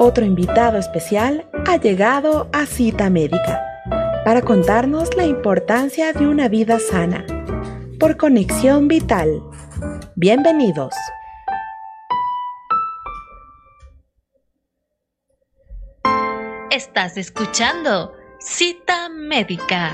otro invitado especial ha llegado a Cita Médica para contarnos la importancia de una vida sana por Conexión Vital. Bienvenidos. Estás escuchando Cita Médica.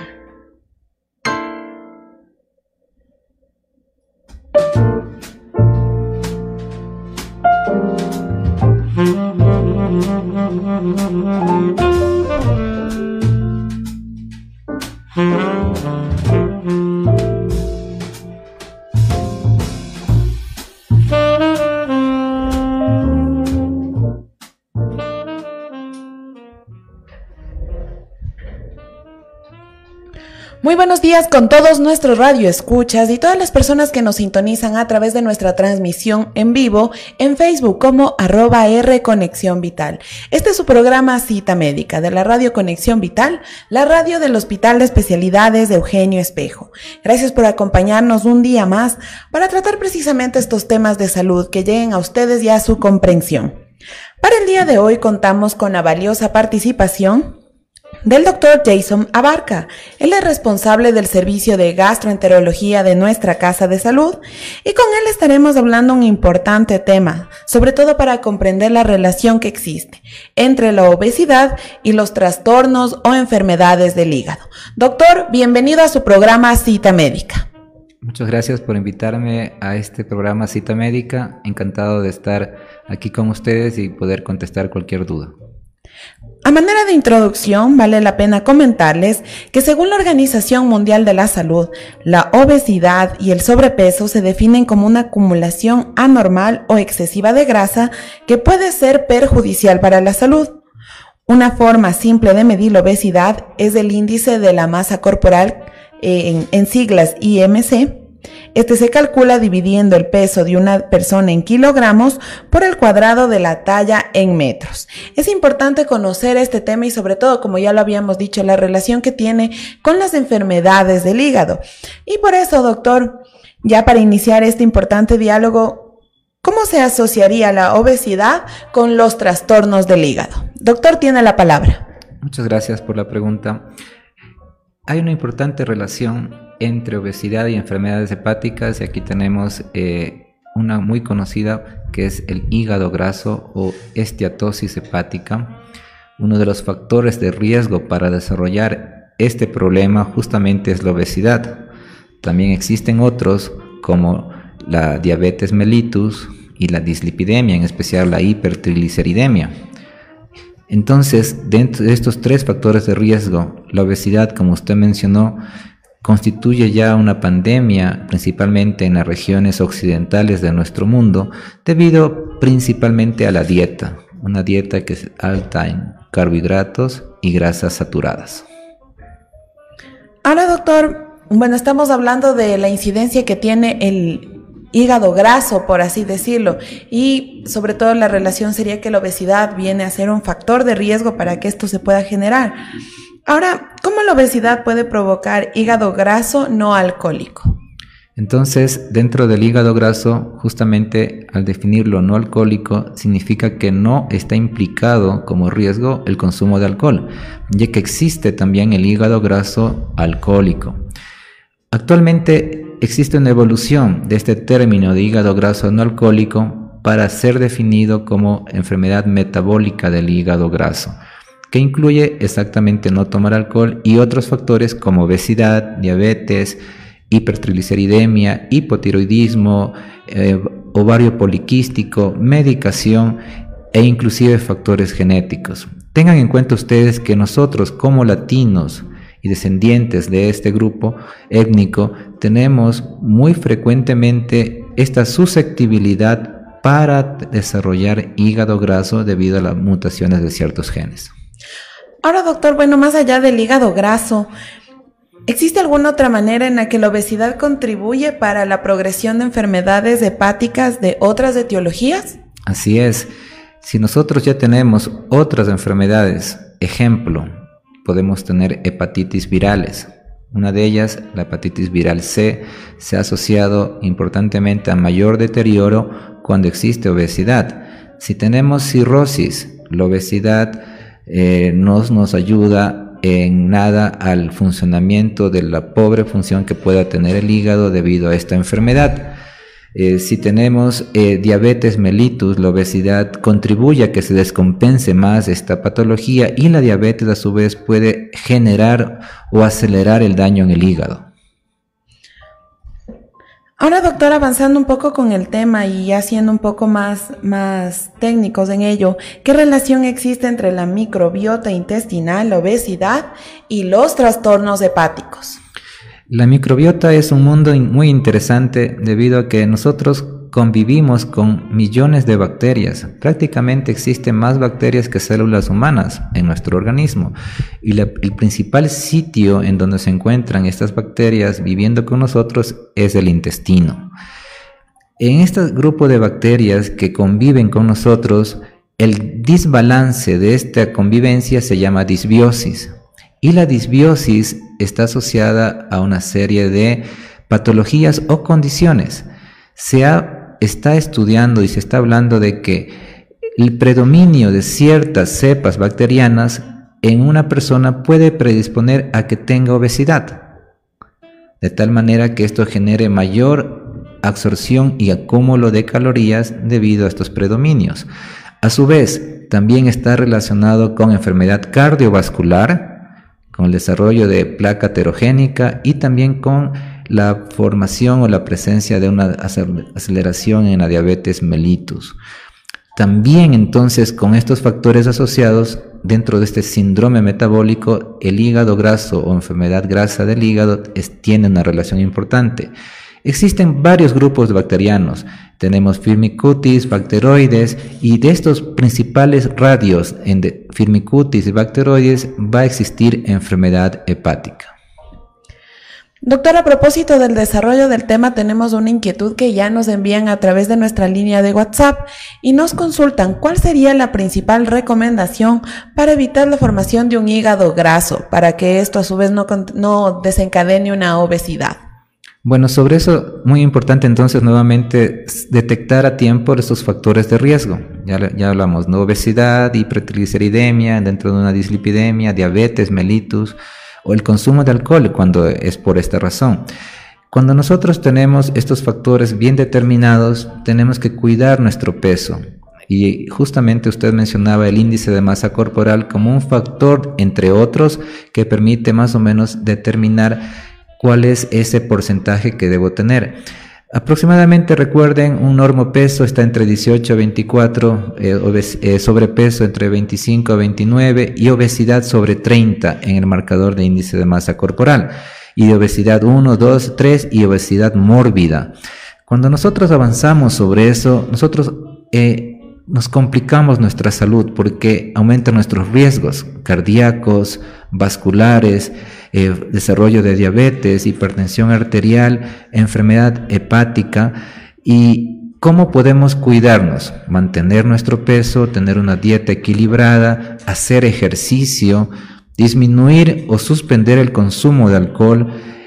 Muy buenos días con todos nuestros radioescuchas y todas las personas que nos sintonizan a través de nuestra transmisión en vivo en Facebook como @R Conexión Vital. Este es su programa Cita Médica de la Radio Conexión Vital, la radio del Hospital de Especialidades de Eugenio Espejo. Gracias por acompañarnos un día más para tratar precisamente estos temas de salud que lleguen a ustedes y a su comprensión. Para el día de hoy contamos con la valiosa participación del doctor Jason Abarca. Él es responsable del servicio de gastroenterología de nuestra Casa de Salud y con él estaremos hablando un importante tema, sobre todo para comprender la relación que existe entre la obesidad y los trastornos o enfermedades del hígado. Doctor, bienvenido a su programa Cita Médica. Muchas gracias por invitarme a este programa Cita Médica. Encantado de estar aquí con ustedes y poder contestar cualquier duda. A manera de introducción, vale la pena comentarles que según la Organización Mundial de la Salud, la obesidad y el sobrepeso se definen como una acumulación anormal o excesiva de grasa que puede ser perjudicial para la salud. Una forma simple de medir la obesidad es el índice de la masa corporal, en siglas IMC. Este se calcula dividiendo el peso de una persona en kilogramos por el cuadrado de la talla en metros. Es importante conocer este tema y sobre todo, como ya lo habíamos dicho, la relación que tiene con las enfermedades del hígado. Y por eso, doctor, ya para iniciar este importante diálogo, ¿cómo se asociaría la obesidad con los trastornos del hígado? Doctor, tiene la palabra. Muchas gracias por la pregunta. Hay una importante relación entre obesidad y enfermedades hepáticas y aquí tenemos una muy conocida que es el hígado graso o esteatosis hepática. Uno de los factores de riesgo para desarrollar este problema justamente es la obesidad. También existen otros como la diabetes mellitus y la dislipidemia, en especial la hipertrigliceridemia. Entonces, dentro de estos tres factores de riesgo, la obesidad, como usted mencionó, constituye ya una pandemia, principalmente en las regiones occidentales de nuestro mundo, debido principalmente a la dieta, una dieta que es alta en carbohidratos y grasas saturadas. Ahora, doctor, estamos hablando de la incidencia que tiene el hígado graso, por así decirlo, y sobre todo la relación sería que la obesidad viene a ser un factor de riesgo para que esto se pueda generar. Ahora, ¿cómo la obesidad puede provocar hígado graso no alcohólico? Entonces, dentro del hígado graso, justamente al definirlo no alcohólico, significa que no está implicado como riesgo el consumo de alcohol, ya que existe también el hígado graso alcohólico. Actualmente existe una evolución de este término de hígado graso no alcohólico para ser definido como enfermedad metabólica del hígado graso, que incluye exactamente no tomar alcohol y otros factores como obesidad, diabetes, hipertrigliceridemia, hipotiroidismo, ovario poliquístico, medicación e inclusive factores genéticos. Tengan en cuenta ustedes que nosotros como latinos y descendientes de este grupo étnico tenemos muy frecuentemente esta susceptibilidad para desarrollar hígado graso debido a las mutaciones de ciertos genes. Ahora, doctor, más allá del hígado graso, ¿existe alguna otra manera en la que la obesidad contribuye para la progresión de enfermedades hepáticas de otras etiologías? Así es. Si nosotros ya tenemos otras enfermedades, ejemplo, podemos tener hepatitis virales. Una de ellas, la hepatitis viral C, se ha asociado importantemente a mayor deterioro cuando existe obesidad. Si tenemos cirrosis, la obesidad no nos ayuda en nada al funcionamiento de la pobre función que pueda tener el hígado debido a esta enfermedad. Si tenemos diabetes mellitus, la obesidad contribuye a que se descompense más esta patología y la diabetes a su vez puede generar o acelerar el daño en el hígado. Ahora, doctor, avanzando un poco con el tema y ya siendo un poco más técnicos en ello, ¿qué relación existe entre la microbiota intestinal, la obesidad y los trastornos hepáticos? La microbiota es un mundo muy interesante debido a que nosotros convivimos con millones de bacterias. Prácticamente existen más bacterias que células humanas en nuestro organismo. Y el principal sitio en donde se encuentran estas bacterias viviendo con nosotros es el intestino. En este grupo de bacterias que conviven con nosotros, el desbalance de esta convivencia se llama disbiosis. Y la disbiosis está asociada a una serie de patologías o condiciones. Está estudiando y se está hablando de que el predominio de ciertas cepas bacterianas en una persona puede predisponer a que tenga obesidad, de tal manera que esto genere mayor absorción y acúmulo de calorías debido a estos predominios. A su vez, también está relacionado con enfermedad cardiovascular, con el desarrollo de placa aterogénica y también con la formación o la presencia de una aceleración en la diabetes mellitus. También entonces con estos factores asociados dentro de este síndrome metabólico, el hígado graso o enfermedad grasa del hígado tiene una relación importante. Existen varios grupos bacterianos, tenemos Firmicutes, Bacteroides, y de estos principales radios en Firmicutes y Bacteroides va a existir enfermedad hepática. Doctor, a propósito del desarrollo del tema, tenemos una inquietud que ya nos envían a través de nuestra línea de WhatsApp y nos consultan cuál sería la principal recomendación para evitar la formación de un hígado graso, para que esto a su vez no desencadene una obesidad. Bueno, sobre eso, muy importante entonces nuevamente detectar a tiempo estos factores de riesgo. Ya hablamos, ¿no? Obesidad, hipertrigliceridemia, dentro de una dislipidemia, diabetes, mellitus, o el consumo de alcohol cuando es por esta razón. Cuando nosotros tenemos estos factores bien determinados, tenemos que cuidar nuestro peso. Y justamente usted mencionaba el índice de masa corporal como un factor, entre otros, que permite más o menos determinar cuál es ese porcentaje que debo tener. Aproximadamente, recuerden, un normopeso está entre 18 a 24, sobrepeso entre 25 a 29 y obesidad sobre 30 en el marcador de índice de masa corporal. Y de obesidad 1, 2, 3 y obesidad mórbida. Cuando nosotros avanzamos sobre eso, nosotros nos complicamos nuestra salud porque aumentan nuestros riesgos cardíacos, vasculares, desarrollo de diabetes, hipertensión arterial, enfermedad hepática. ¿Y cómo podemos cuidarnos? Mantener nuestro peso, tener una dieta equilibrada, hacer ejercicio, disminuir o suspender el consumo de alcohol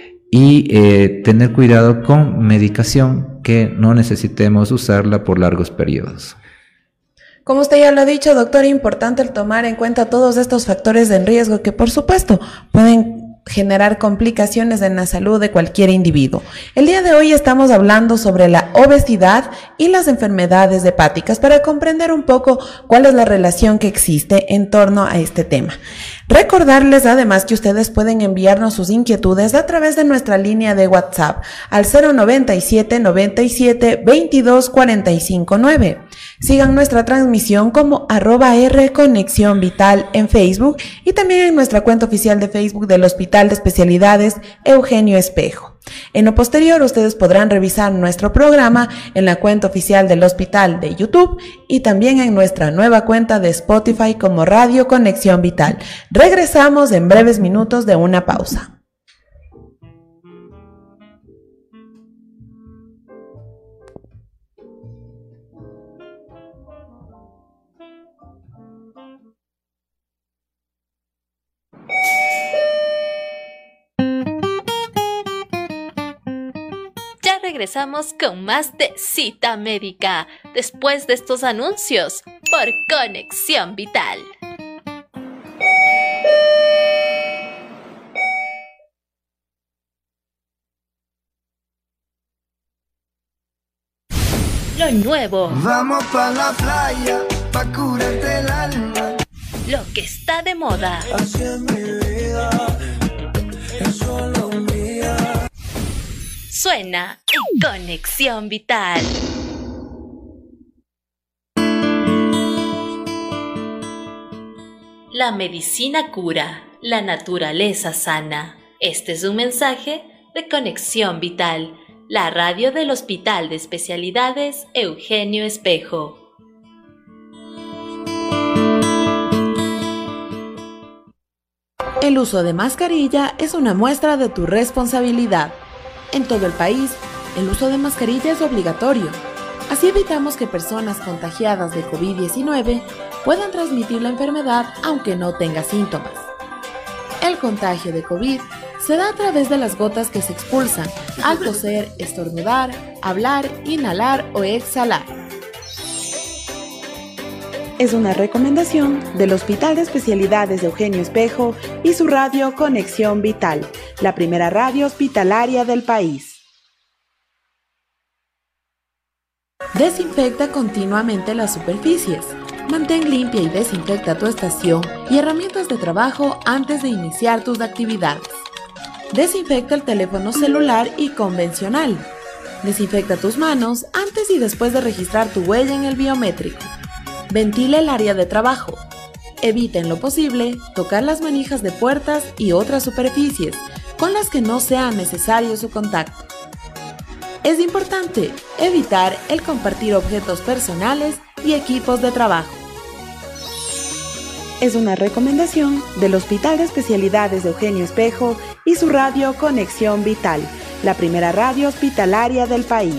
y tener cuidado con medicación que no necesitemos usarla por largos periodos. Como usted ya lo ha dicho, doctor, importante el tomar en cuenta todos estos factores de riesgo que, por supuesto, pueden generar complicaciones en la salud de cualquier individuo. El día de hoy estamos hablando sobre la obesidad y las enfermedades hepáticas para comprender un poco cuál es la relación que existe en torno a este tema. Recordarles además que ustedes pueden enviarnos sus inquietudes a través de nuestra línea de WhatsApp al 097 97 22 45 9. Sigan nuestra transmisión como @R Conexión Vital en Facebook y también en nuestra cuenta oficial de Facebook del Hospital de Especialidades Eugenio Espejo. En lo posterior, ustedes podrán revisar nuestro programa en la cuenta oficial del hospital de YouTube y también en nuestra nueva cuenta de Spotify como Radio Conexión Vital. Regresamos en breves minutos de una pausa. regresamos con más de Cita Médica después de estos anuncios por Conexión Vital. Lo nuevo. Vamos pa' la playa, pa' curarte el alma. Lo que está de moda. Así es mi vida, es solo mía. Suena en Conexión Vital. La medicina cura, la naturaleza sana. Este es un mensaje de Conexión Vital, la radio del Hospital de Especialidades Eugenio Espejo. El uso de mascarilla es una muestra de tu responsabilidad. En todo el país, el uso de mascarilla es obligatorio. Así evitamos que personas contagiadas de COVID-19 puedan transmitir la enfermedad aunque no tenga síntomas. El contagio de COVID se da a través de las gotas que se expulsan al toser, estornudar, hablar, inhalar o exhalar. Es una recomendación del Hospital de Especialidades de Eugenio Espejo y su radio Conexión Vital, la primera radio hospitalaria del país. Desinfecta continuamente las superficies. Mantén limpia y desinfecta tu estación y herramientas de trabajo antes de iniciar tus actividades. Desinfecta el teléfono celular y convencional. Desinfecta tus manos antes y después de registrar tu huella en el biométrico. Ventila el área de trabajo. Evita en lo posible tocar las manijas de puertas y otras superficies con las que no sea necesario su contacto. Es importante evitar el compartir objetos personales y equipos de trabajo. Es una recomendación del Hospital de Especialidades de Eugenio Espejo y su radio Conexión Vital, la primera radio hospitalaria del país.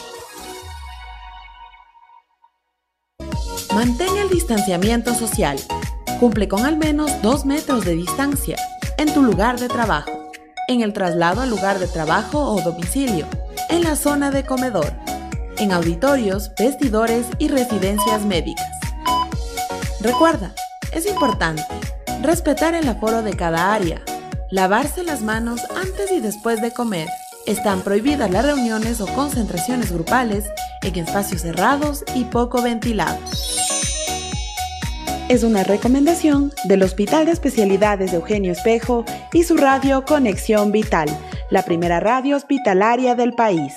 Mantén el distanciamiento social. Cumple con al menos 2 metros de distancia en tu lugar de trabajo, en el traslado al lugar de trabajo o domicilio, en la zona de comedor, en auditorios, vestidores y residencias médicas. Recuerda, es importante respetar el aforo de cada área, lavarse las manos antes y después de comer. Están prohibidas las reuniones o concentraciones grupales en espacios cerrados y poco ventilados. Es una recomendación del Hospital de Especialidades de Eugenio Espejo y su radio Conexión Vital, la primera radio hospitalaria del país.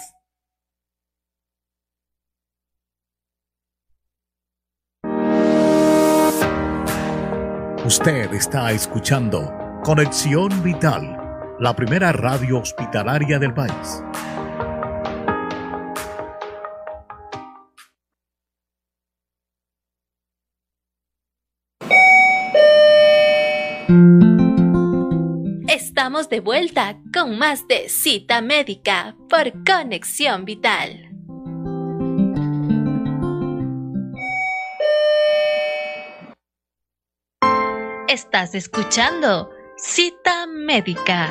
Usted está escuchando Conexión Vital, la primera radio hospitalaria del país. Estamos de vuelta con más de Cita Médica por Conexión Vital. Estás escuchando Cita Médica.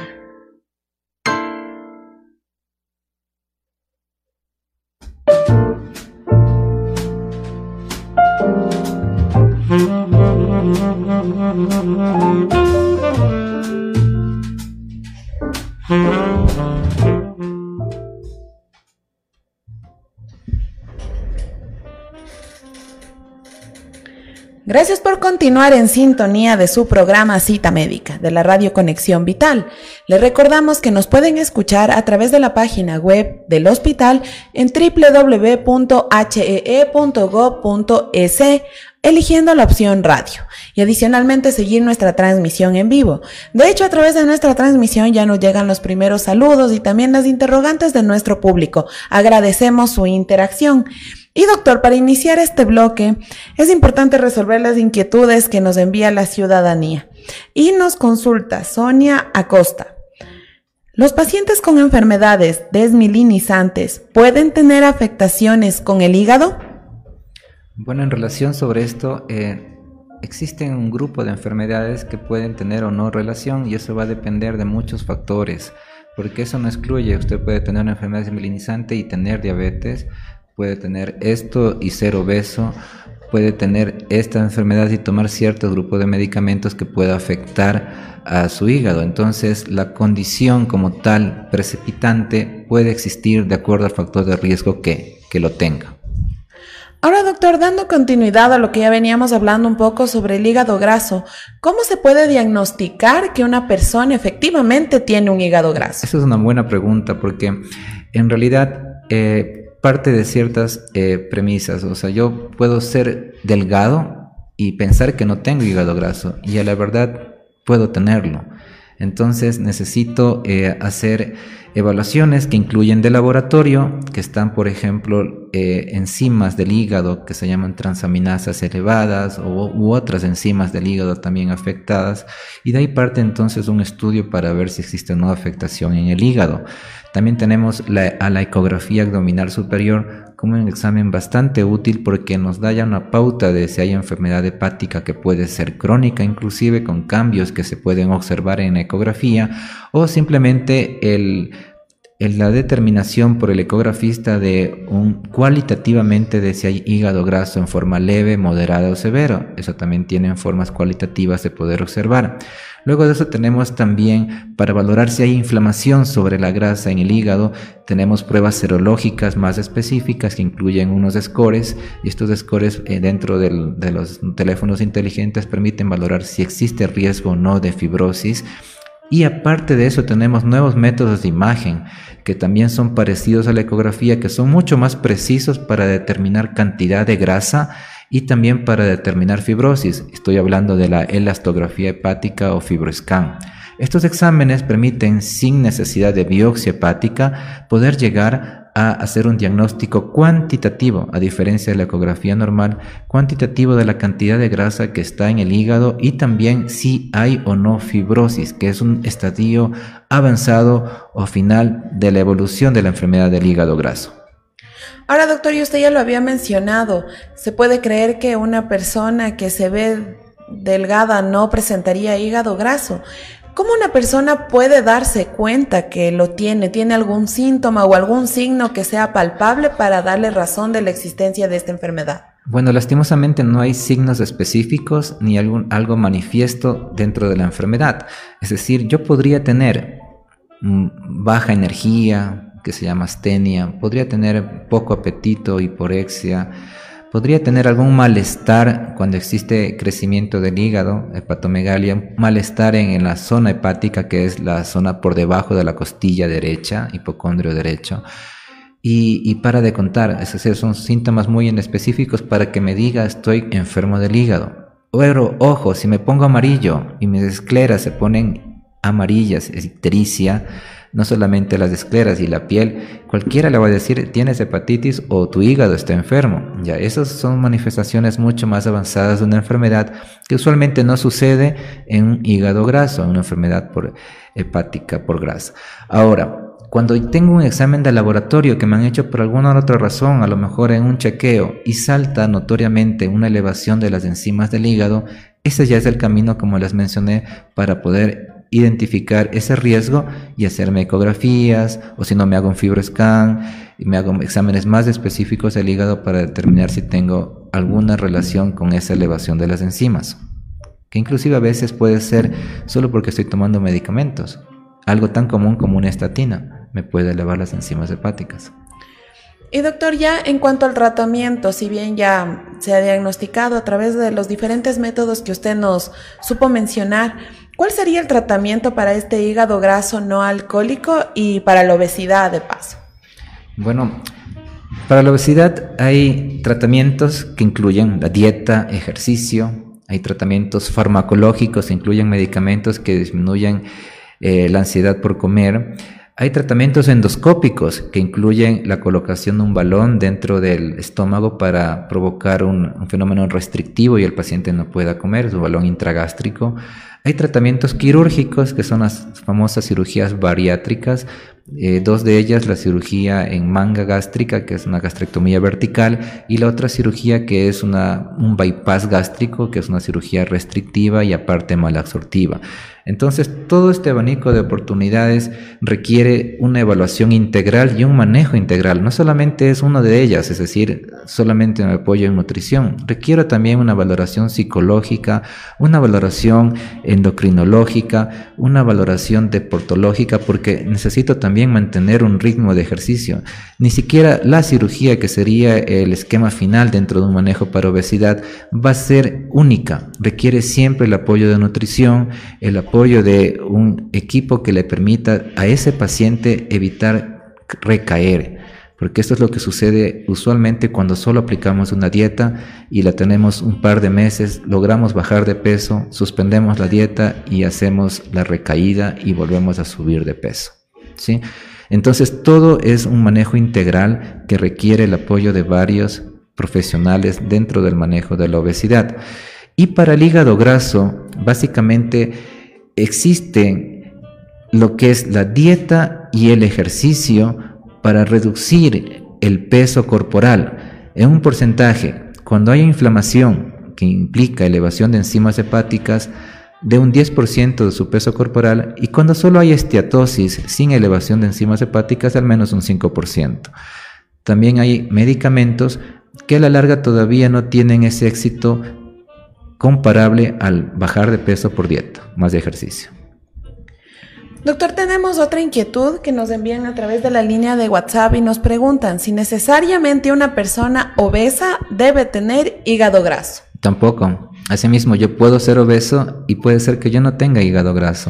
Gracias por continuar en sintonía de su programa Cita Médica de la radio Conexión Vital. Les recordamos que nos pueden escuchar a través de la página web del hospital en www.hee.gov.es eligiendo la opción radio y adicionalmente seguir nuestra transmisión en vivo. De hecho, a través de nuestra transmisión ya nos llegan los primeros saludos y también las interrogantes de nuestro público. Agradecemos su interacción. Y doctor, para iniciar este bloque, es importante resolver las inquietudes que nos envía la ciudadanía. Y nos consulta Sonia Acosta. ¿Los pacientes con enfermedades desmielinizantes pueden tener afectaciones con el hígado? Bueno, en relación sobre esto, existen un grupo de enfermedades que pueden tener o no relación y eso va a depender de muchos factores. porque eso no excluye. Usted puede tener una enfermedad desmielinizante y tener diabetes, puede tener esto y ser obeso, puede tener esta enfermedad y tomar cierto grupo de medicamentos que pueda afectar a su hígado. Entonces, la condición como tal precipitante puede existir de acuerdo al factor de riesgo que lo tenga. Ahora, doctor, dando continuidad a lo que ya veníamos hablando un poco sobre el hígado graso, ¿cómo se puede diagnosticar que una persona efectivamente tiene un hígado graso? Esa es una buena pregunta, porque en realidad parte de ciertas premisas. O sea, yo puedo ser delgado y pensar que no tengo hígado graso, y a la verdad puedo tenerlo. Entonces necesito hacer evaluaciones que incluyen de laboratorio, que están, por ejemplo, enzimas del hígado que se llaman transaminasas elevadas u otras enzimas del hígado también afectadas, y de ahí parte entonces un estudio para ver si existe o no afectación en el hígado. También tenemos a la ecografía abdominal superior como un examen bastante útil, porque nos da ya una pauta de si hay enfermedad hepática que puede ser crónica, inclusive con cambios que se pueden observar en la ecografía, o simplemente la determinación por el ecografista de cualitativamente de si hay hígado graso en forma leve, moderada o severo. Eso también tiene formas cualitativas de poder observar. Luego de eso tenemos también, para valorar si hay inflamación sobre la grasa en el hígado, tenemos pruebas serológicas más específicas que incluyen unos scores, y estos scores dentro de los teléfonos inteligentes permiten valorar si existe riesgo o no de fibrosis. Y aparte de eso tenemos nuevos métodos de imagen que también son parecidos a la ecografía, que son mucho más precisos para determinar cantidad de grasa y también para determinar fibrosis. Estoy hablando de la elastografía hepática o FibroScan. Estos exámenes permiten, sin necesidad de biopsia hepática, poder llegar a hacer un diagnóstico cuantitativo, a diferencia de la ecografía normal, cuantitativo de la cantidad de grasa que está en el hígado, y también si hay o no fibrosis, que es un estadio avanzado o final de la evolución de la enfermedad del hígado graso. Ahora, doctor, y usted ya lo había mencionado, ¿se puede creer que una persona que se ve delgada no presentaría hígado graso? ¿Cómo una persona puede darse cuenta que lo tiene? ¿Tiene algún síntoma o algún signo que sea palpable para darle razón de la existencia de esta enfermedad? Bueno, lastimosamente no hay signos específicos ni algo manifiesto dentro de la enfermedad. Es decir, yo podría tener baja energía, que se llama astenia, podría tener poco apetito, hiporexia, podría tener algún malestar cuando existe crecimiento del hígado, hepatomegalia, malestar en la zona hepática, que es la zona por debajo de la costilla derecha, hipocondrio derecho, y para de contar. Es decir, son síntomas muy específicos para que me diga estoy enfermo del hígado. Pero ojo, si me pongo amarillo y mis escleras se ponen amarillas, es ictericia, no solamente las escleras y la piel, cualquiera le va a decir tienes hepatitis o tu hígado está enfermo. Ya, esas son manifestaciones mucho más avanzadas de una enfermedad que usualmente no sucede en un hígado graso, en una enfermedad hepática por grasa. Ahora, cuando tengo un examen de laboratorio que me han hecho por alguna otra razón, a lo mejor en un chequeo, y salta notoriamente una elevación de las enzimas del hígado, ese ya es el camino, como les mencioné, para poder identificar ese riesgo y hacerme ecografías, o si no me hago un FibroScan y me hago exámenes más específicos del hígado para determinar si tengo alguna relación con esa elevación de las enzimas, que inclusive a veces puede ser solo porque estoy tomando medicamentos. Algo tan común como una estatina me puede elevar las enzimas hepáticas. Y doctor, ya en cuanto al tratamiento, si bien ya se ha diagnosticado a través de los diferentes métodos que usted nos supo mencionar, ¿cuál sería el tratamiento para este hígado graso no alcohólico y para la obesidad de paso? Bueno, para la obesidad hay tratamientos que incluyen la dieta, ejercicio, hay tratamientos farmacológicos que incluyen medicamentos que disminuyen la ansiedad por comer. Hay tratamientos endoscópicos que incluyen la colocación de un balón dentro del estómago para provocar un fenómeno restrictivo y el paciente no pueda comer, es un balón intragástrico. Hay tratamientos quirúrgicos que son las famosas cirugías bariátricas, Dos de ellas, la cirugía en manga gástrica, que es una gastrectomía vertical, y la otra cirugía que es un bypass gástrico, que es una cirugía restrictiva y aparte malabsortiva. Entonces, todo este abanico de oportunidades requiere una evaluación integral y un manejo integral. No solamente es una de ellas, es decir, solamente me apoyo en nutrición. Requiero también una valoración psicológica, una valoración endocrinológica, una valoración deportológica, porque necesito también mantener un ritmo de ejercicio. Ni siquiera la cirugía, que sería el esquema final dentro de un manejo para obesidad, va a ser única. Requiere siempre el apoyo de nutrición, el apoyo de un equipo que le permita a ese paciente evitar recaer, porque esto es lo que sucede usualmente cuando solo aplicamos una dieta y la tenemos un par de meses, logramos bajar de peso, suspendemos la dieta y hacemos la recaída y volvemos a subir de peso, ¿sí? Entonces todo es un manejo integral que requiere el apoyo de varios profesionales dentro del manejo de la obesidad. Y para el hígado graso, básicamente existe lo que es la dieta y el ejercicio para reducir el peso corporal en un porcentaje. Cuando hay inflamación que implica elevación de enzimas hepáticas, de un 10% de su peso corporal, y cuando solo hay esteatosis sin elevación de enzimas hepáticas, al menos un 5%. También hay medicamentos que a la larga todavía no tienen ese éxito comparable al bajar de peso por dieta, más de ejercicio. Doctor, tenemos otra inquietud que nos envían a través de la línea de WhatsApp y nos preguntan si necesariamente una persona obesa debe tener hígado graso. Tampoco. Asimismo, yo puedo ser obeso y puede ser que yo no tenga hígado graso.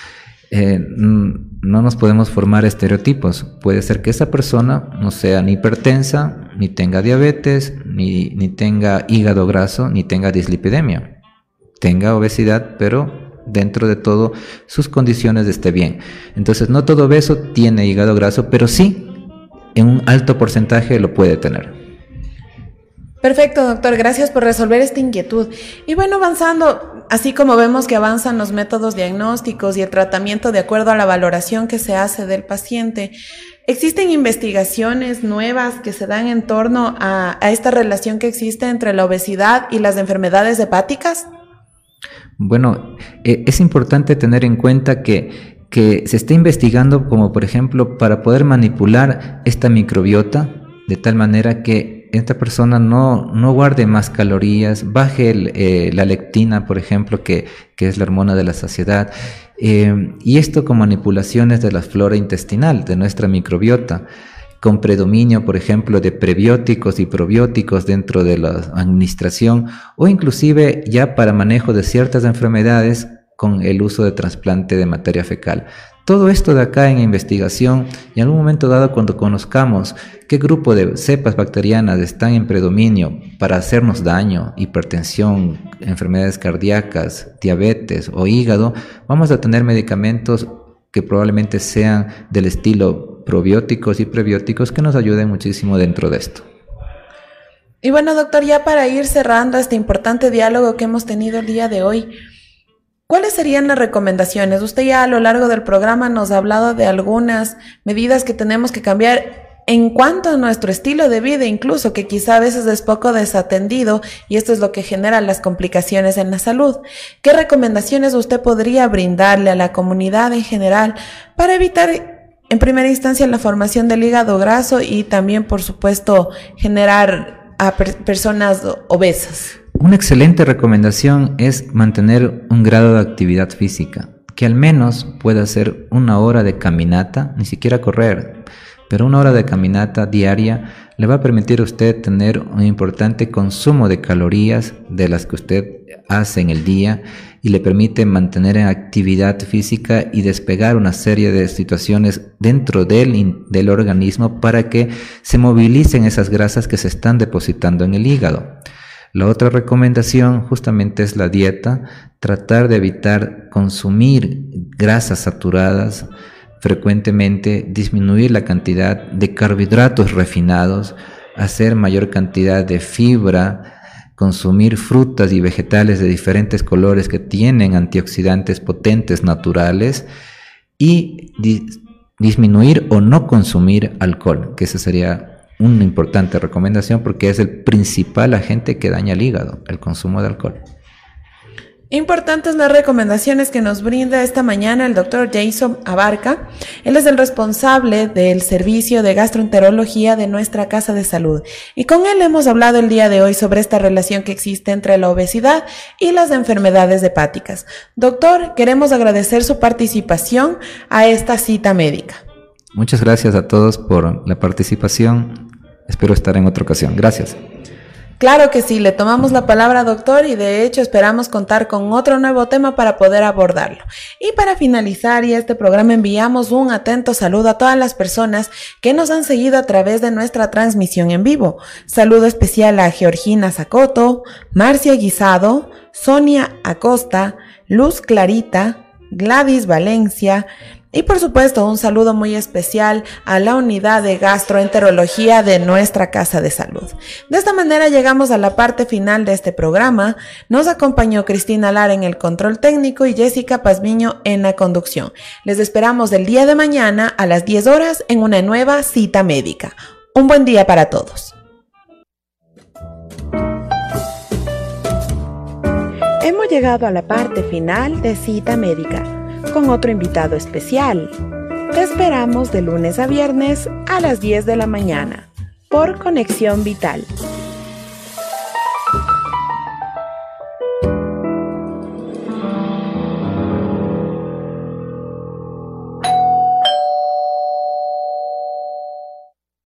No nos podemos formar estereotipos. Puede ser que esa persona no sea ni hipertensa, ni tenga diabetes, ni tenga hígado graso, ni tenga dislipidemia. Tenga obesidad, pero dentro de todo sus condiciones esté bien. Entonces, no todo obeso tiene hígado graso, pero sí, en un alto porcentaje lo puede tener. Perfecto, doctor. Gracias por resolver esta inquietud. Y bueno, avanzando, así como vemos que avanzan los métodos diagnósticos y el tratamiento de acuerdo a la valoración que se hace del paciente, ¿existen investigaciones nuevas que se dan en torno a esta relación que existe entre la obesidad y las enfermedades hepáticas? Bueno, es importante tener en cuenta que se está investigando, como por ejemplo, para poder manipular esta microbiota de tal manera que esta persona no guarde más calorías, baje la leptina, por ejemplo, que es la hormona de la saciedad, y esto con manipulaciones de la flora intestinal, de nuestra microbiota, con predominio, por ejemplo, de prebióticos y probióticos dentro de la administración, o inclusive ya para manejo de ciertas enfermedades con el uso de trasplante de materia fecal. Todo esto de acá en investigación, y en algún momento dado cuando conozcamos qué grupo de cepas bacterianas están en predominio para hacernos daño, hipertensión, enfermedades cardíacas, diabetes o hígado, vamos a tener medicamentos que probablemente sean del estilo probióticos y prebióticos que nos ayuden muchísimo dentro de esto. Y bueno, doctor, ya para ir cerrando este importante diálogo que hemos tenido el día de hoy, ¿cuáles serían las recomendaciones? Usted ya a lo largo del programa nos ha hablado de algunas medidas que tenemos que cambiar en cuanto a nuestro estilo de vida, incluso que quizá a veces es poco desatendido y esto es lo que genera las complicaciones en la salud. ¿Qué recomendaciones usted podría brindarle a la comunidad en general para evitar en primera instancia la formación del hígado graso y también, por supuesto, generar a personas obesas? Una excelente recomendación es mantener un grado de actividad física, que al menos pueda hacer 1 hora de caminata, ni siquiera correr, pero 1 hora de caminata diaria le va a permitir a usted tener un importante consumo de calorías de las que usted hace en el día y le permite mantener en actividad física y despegar una serie de situaciones dentro del organismo para que se movilicen esas grasas que se están depositando en el hígado. La otra recomendación justamente es la dieta, tratar de evitar consumir grasas saturadas frecuentemente, disminuir la cantidad de carbohidratos refinados, hacer mayor cantidad de fibra, consumir frutas y vegetales de diferentes colores que tienen antioxidantes potentes naturales y disminuir o no consumir alcohol, que esa sería una importante recomendación porque es el principal agente que daña el hígado, el consumo de alcohol. Importantes las recomendaciones que nos brinda esta mañana el doctor Jason Abarca. Él es el responsable del servicio de gastroenterología de nuestra Casa de Salud. Y con él hemos hablado el día de hoy sobre esta relación que existe entre la obesidad y las enfermedades hepáticas. Doctor, queremos agradecer su participación a esta cita médica. Muchas gracias a todos por la participación. Espero estar en otra ocasión. Gracias. Claro que sí, le tomamos la palabra, doctor, y de hecho esperamos contar con otro nuevo tema para poder abordarlo. Y para finalizar este programa enviamos un atento saludo a todas las personas que nos han seguido a través de nuestra transmisión en vivo. Saludo especial a Georgina Zacoto, Marcia Guisado, Sonia Acosta, Luz Clarita, Gladys Valencia, y por supuesto un saludo muy especial a la unidad de gastroenterología de nuestra Casa de Salud. De esta manera llegamos a la parte final de este programa. Nos acompañó Cristina Lara en el control técnico y Jessica Pazmiño en la conducción. Les esperamos el día de mañana a las 10 horas en una nueva cita médica. Un buen día para todos. Hemos llegado a la parte final de Cita Médica, con otro invitado especial. Te esperamos de lunes a viernes a las 10 de la mañana por Conexión Vital.